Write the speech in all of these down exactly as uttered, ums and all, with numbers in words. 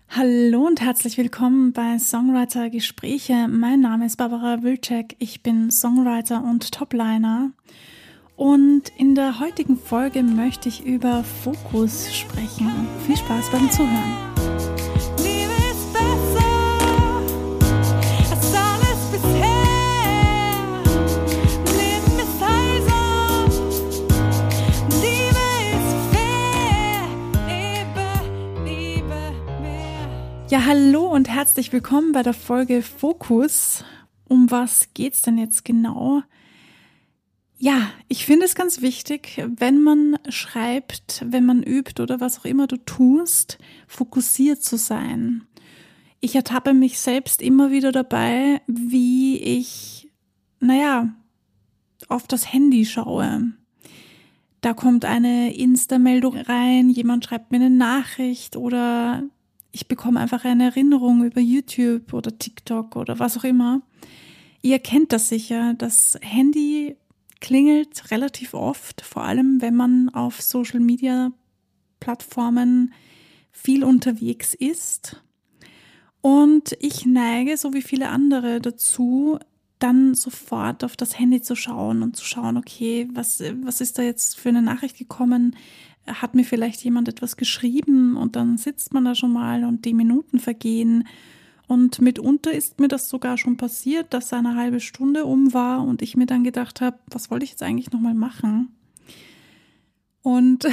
Hallo und herzlich willkommen bei Songwriter Gespräche. Mein Name ist Barbara Wilczek, ich bin Songwriter und Topliner. Und in der heutigen Folge möchte ich über Fokus sprechen. Viel Spaß beim Zuhören. Liebe ist besser als alles bisher. Leben ist heilsam. Liebe ist fair. Liebe, Liebe mehr. Ja, hallo und herzlich willkommen bei der Folge Fokus. Um was geht's denn jetzt genau? Ja, ich finde es ganz wichtig, wenn man schreibt, wenn man übt oder was auch immer du tust, fokussiert zu sein. Ich ertappe mich selbst immer wieder dabei, wie ich, naja, auf das Handy schaue. Da kommt eine Insta-Meldung rein, jemand schreibt mir eine Nachricht oder ich bekomme einfach eine Erinnerung über YouTube oder TikTok oder was auch immer. Ihr kennt das sicher, das Handy klingelt relativ oft, vor allem wenn man auf Social-Media-Plattformen viel unterwegs ist. Und ich neige, so wie viele andere, dazu, dann sofort auf das Handy zu schauen und zu schauen, okay, was, was ist da jetzt für eine Nachricht gekommen? Hat mir vielleicht jemand etwas geschrieben? Und dann sitzt man da schon mal und die Minuten vergehen. Und mitunter ist mir das sogar schon passiert, dass eine halbe Stunde um war und ich mir dann gedacht habe, was wollte ich jetzt eigentlich nochmal machen? Und,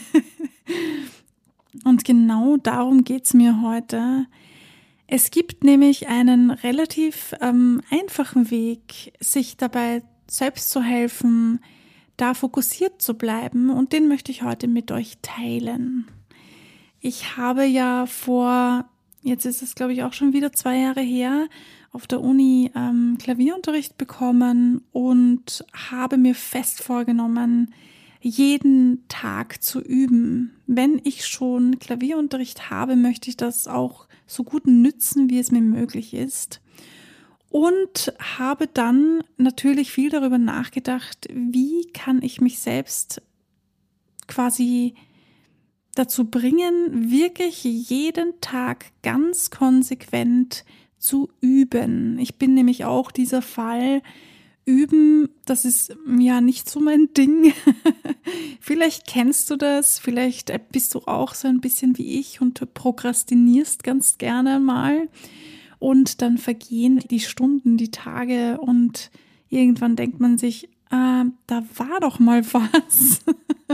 und genau darum geht's mir heute. Es gibt nämlich einen relativ ähm, einfachen Weg, sich dabei selbst zu helfen, da fokussiert zu bleiben, und den möchte ich heute mit euch teilen. Ich habe ja vor Jetzt ist es, glaube ich, auch schon wieder zwei Jahre her, auf der Uni ähm, Klavierunterricht bekommen und habe mir fest vorgenommen, jeden Tag zu üben. Wenn ich schon Klavierunterricht habe, möchte ich das auch so gut nützen, wie es mir möglich ist. Und habe dann natürlich viel darüber nachgedacht, wie kann ich mich selbst quasi dazu bringen, wirklich jeden Tag ganz konsequent zu üben. Ich bin nämlich auch dieser Fall. Üben, das ist ja nicht so mein Ding. Vielleicht kennst du das, vielleicht bist du auch so ein bisschen wie ich und prokrastinierst ganz gerne mal. Und dann vergehen die Stunden, die Tage und irgendwann denkt man sich, äh, da war doch mal was.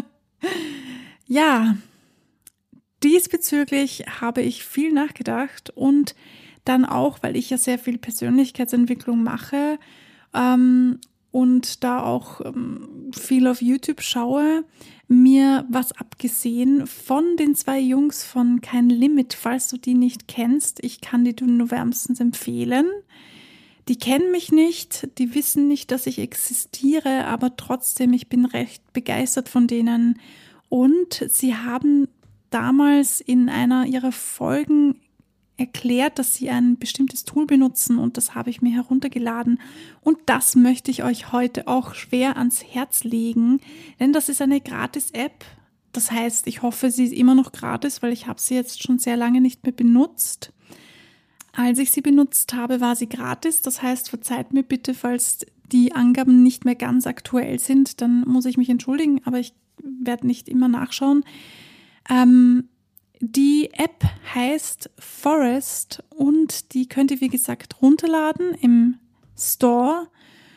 Ja. Diesbezüglich habe ich viel nachgedacht und dann auch, weil ich ja sehr viel Persönlichkeitsentwicklung mache ähm, und da auch ähm, viel auf YouTube schaue, mir was abgesehen von den zwei Jungs von Kein Limit, falls du die nicht kennst. Ich kann die nur wärmstens empfehlen. Die kennen mich nicht, die wissen nicht, dass ich existiere, aber trotzdem, ich bin recht begeistert von denen. Und sie haben damals in einer ihrer Folgen erklärt, dass sie ein bestimmtes Tool benutzen, und das habe ich mir heruntergeladen, und das möchte ich euch heute auch schwer ans Herz legen, denn das ist eine Gratis-App. Das heißt, ich hoffe, sie ist immer noch gratis, weil ich habe sie jetzt schon sehr lange nicht mehr benutzt. Als ich sie benutzt habe, war sie gratis. Das heißt, verzeiht mir bitte, falls die Angaben nicht mehr ganz aktuell sind, dann muss ich mich entschuldigen, aber ich werde nicht immer nachschauen. Ähm, die App heißt Forest und die könnt ihr, wie gesagt, runterladen im Store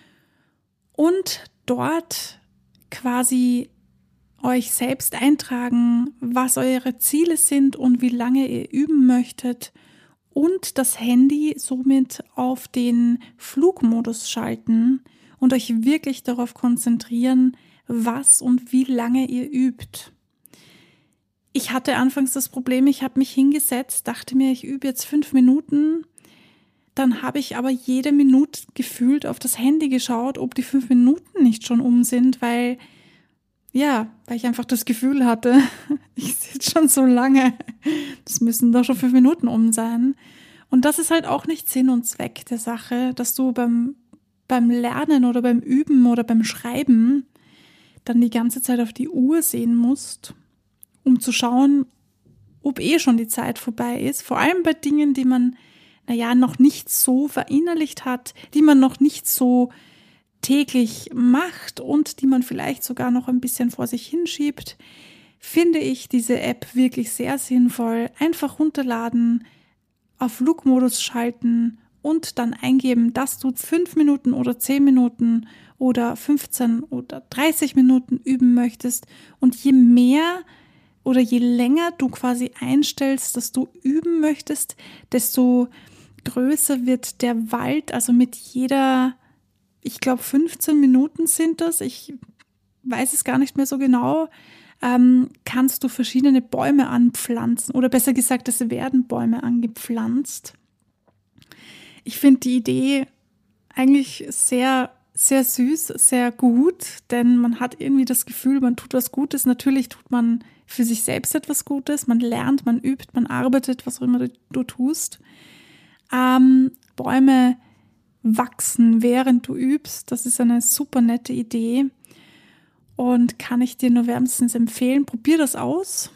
und dort quasi euch selbst eintragen, was eure Ziele sind und wie lange ihr üben möchtet, und das Handy somit auf den Flugmodus schalten und euch wirklich darauf konzentrieren, was und wie lange ihr übt. Ich hatte anfangs das Problem, ich habe mich hingesetzt, dachte mir, ich übe jetzt fünf Minuten. Dann habe ich aber jede Minute gefühlt auf das Handy geschaut, ob die fünf Minuten nicht schon um sind, weil, ja, weil ich einfach das Gefühl hatte, ich sitze schon so lange, das müssen doch schon fünf Minuten um sein. Und das ist halt auch nicht Sinn und Zweck der Sache, dass du beim, beim Lernen oder beim Üben oder beim Schreiben dann die ganze Zeit auf die Uhr sehen musst, um zu schauen, ob eh schon die Zeit vorbei ist. Vor allem bei Dingen, die man, naja, noch nicht so verinnerlicht hat, die man noch nicht so täglich macht und die man vielleicht sogar noch ein bisschen vor sich hinschiebt, finde ich diese App wirklich sehr sinnvoll. Einfach runterladen, auf Flugmodus schalten und dann eingeben, dass du fünf Minuten oder zehn Minuten oder fünfzehn oder dreißig Minuten üben möchtest. Und je mehr oder je länger du quasi einstellst, dass du üben möchtest, desto größer wird der Wald. Also mit jeder, ich glaube fünfzehn Minuten sind das, ich weiß es gar nicht mehr so genau, ähm, kannst du verschiedene Bäume anpflanzen. Oder besser gesagt, es werden Bäume angepflanzt. Ich finde die Idee eigentlich sehr, sehr süß, sehr gut, denn man hat irgendwie das Gefühl, man tut was Gutes. Natürlich tut man für sich selbst etwas Gutes, man lernt, man übt, man arbeitet, was auch immer du, du tust. Ähm, Bäume wachsen, während du übst, das ist eine super nette Idee und kann ich dir nur wärmstens empfehlen. Probier das aus.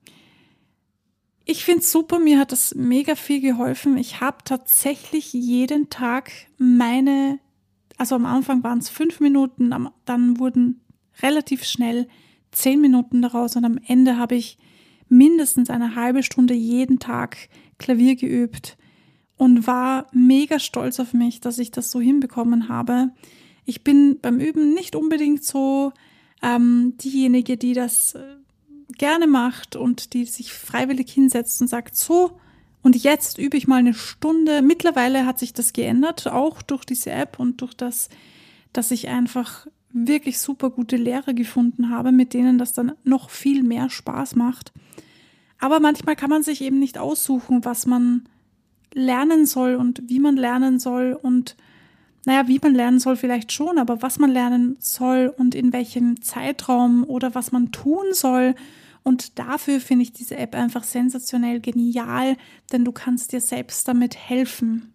Ich finde es super, mir hat das mega viel geholfen. Ich habe tatsächlich jeden Tag meine, also am Anfang waren es fünf Minuten, dann wurden relativ schnell zehn Minuten daraus und am Ende habe ich mindestens eine halbe Stunde jeden Tag Klavier geübt und war mega stolz auf mich, dass ich das so hinbekommen habe. Ich bin beim Üben nicht unbedingt so ähm, diejenige, die das äh, gerne macht und die sich freiwillig hinsetzt und sagt, so, und jetzt übe ich mal eine Stunde. Mittlerweile hat sich das geändert, auch durch diese App und durch das, dass ich einfach wirklich super gute Lehrer gefunden habe, mit denen das dann noch viel mehr Spaß macht. Aber manchmal kann man sich eben nicht aussuchen, was man lernen soll und wie man lernen soll und naja, wie man lernen soll vielleicht schon, aber was man lernen soll und in welchem Zeitraum oder was man tun soll. Und dafür finde ich diese App einfach sensationell genial, denn du kannst dir selbst damit helfen.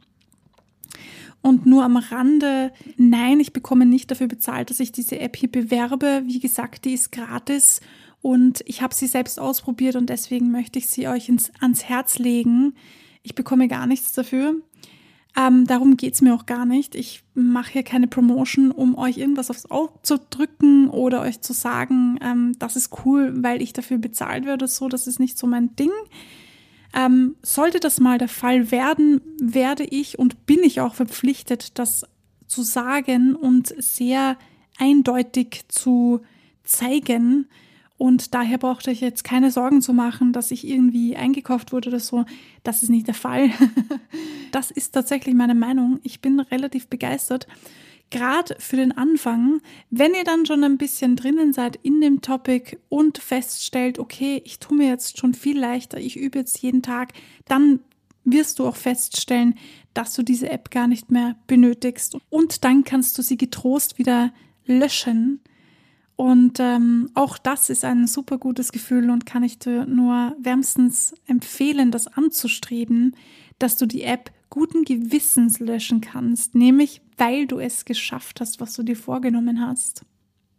Und nur am Rande, nein, ich bekomme nicht dafür bezahlt, dass ich diese App hier bewerbe. Wie gesagt, die ist gratis und ich habe sie selbst ausprobiert und deswegen möchte ich sie euch ins, ans Herz legen. Ich bekomme gar nichts dafür. Ähm, darum geht's mir auch gar nicht. Ich mache hier keine Promotion, um euch irgendwas aufs Auge zu drücken oder euch zu sagen, ähm, das ist cool, weil ich dafür bezahlt werde oder so. Das ist nicht so mein Ding. Ähm, sollte das mal der Fall werden, werde ich und bin ich auch verpflichtet, das zu sagen und sehr eindeutig zu zeigen. Und daher braucht ihr euch jetzt keine Sorgen zu machen, dass ich irgendwie eingekauft wurde oder so. Das ist nicht der Fall. Das ist tatsächlich meine Meinung. Ich bin relativ begeistert. Gerade für den Anfang, wenn ihr dann schon ein bisschen drinnen seid in dem Topic und feststellt, okay, ich tue mir jetzt schon viel leichter, ich übe jetzt jeden Tag, dann wirst du auch feststellen, dass du diese App gar nicht mehr benötigst. Und dann kannst du sie getrost wieder löschen. Und ähm, auch das ist ein super gutes Gefühl und kann ich dir nur wärmstens empfehlen, das anzustreben, dass du die App guten Gewissens löschen kannst, nämlich weil du es geschafft hast, was du dir vorgenommen hast.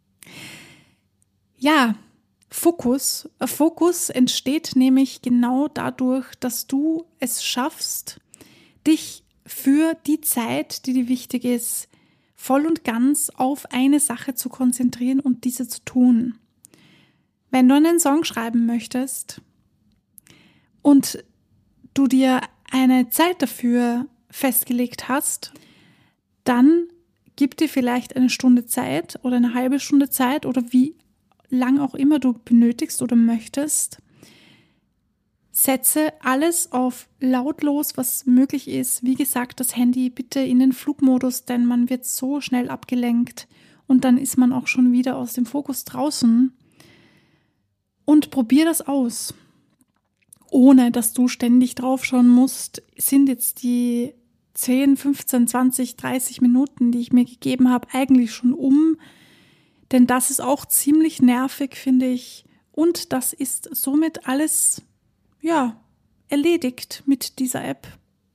Ja, Fokus. Fokus entsteht nämlich genau dadurch, dass du es schaffst, dich für die Zeit, die dir wichtig ist, voll und ganz auf eine Sache zu konzentrieren und diese zu tun. Wenn du einen Song schreiben möchtest und du dir eine Zeit dafür festgelegt hast, dann gib dir vielleicht eine Stunde Zeit oder eine halbe Stunde Zeit oder wie lang auch immer du benötigst oder möchtest. Setze alles auf lautlos, was möglich ist. Wie gesagt, das Handy bitte in den Flugmodus, denn man wird so schnell abgelenkt und dann ist man auch schon wieder aus dem Fokus draußen. Und probier das aus, ohne dass du ständig draufschauen musst. Sind jetzt die zehn, fünfzehn, zwanzig, dreißig Minuten, die ich mir gegeben habe, eigentlich schon um? Denn das ist auch ziemlich nervig, finde ich. Und das ist somit alles ja, erledigt mit dieser App.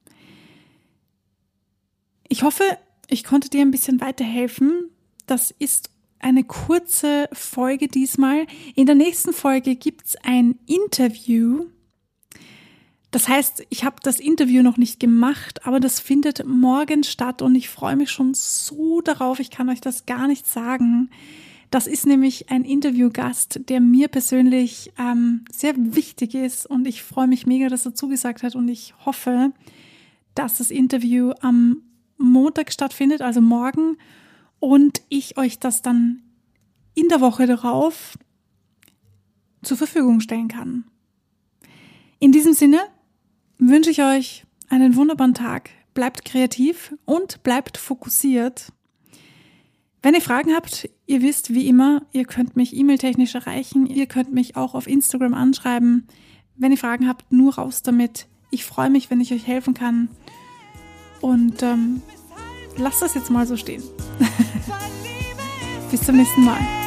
Ich hoffe, ich konnte dir ein bisschen weiterhelfen. Das ist eine kurze Folge diesmal. In der nächsten Folge gibt es ein Interview Das heißt, ich habe das Interview noch nicht gemacht, aber das findet morgen statt und ich freue mich schon so darauf. Ich kann euch das gar nicht sagen. Das ist nämlich ein Interviewgast, der mir persönlich ähm, sehr wichtig ist und ich freue mich mega, dass er zugesagt hat und ich hoffe, dass das Interview am Montag stattfindet, also morgen, und ich euch das dann in der Woche darauf zur Verfügung stellen kann. In diesem Sinne wünsche ich euch einen wunderbaren Tag, bleibt kreativ und bleibt fokussiert. Wenn ihr Fragen habt, ihr wisst wie immer, ihr könnt mich e-mail-technisch erreichen, ihr könnt mich auch auf Instagram anschreiben. Wenn ihr Fragen habt, nur raus damit. Ich freue mich, wenn ich euch helfen kann und ähm, lasst das jetzt mal so stehen. Bis zum nächsten Mal.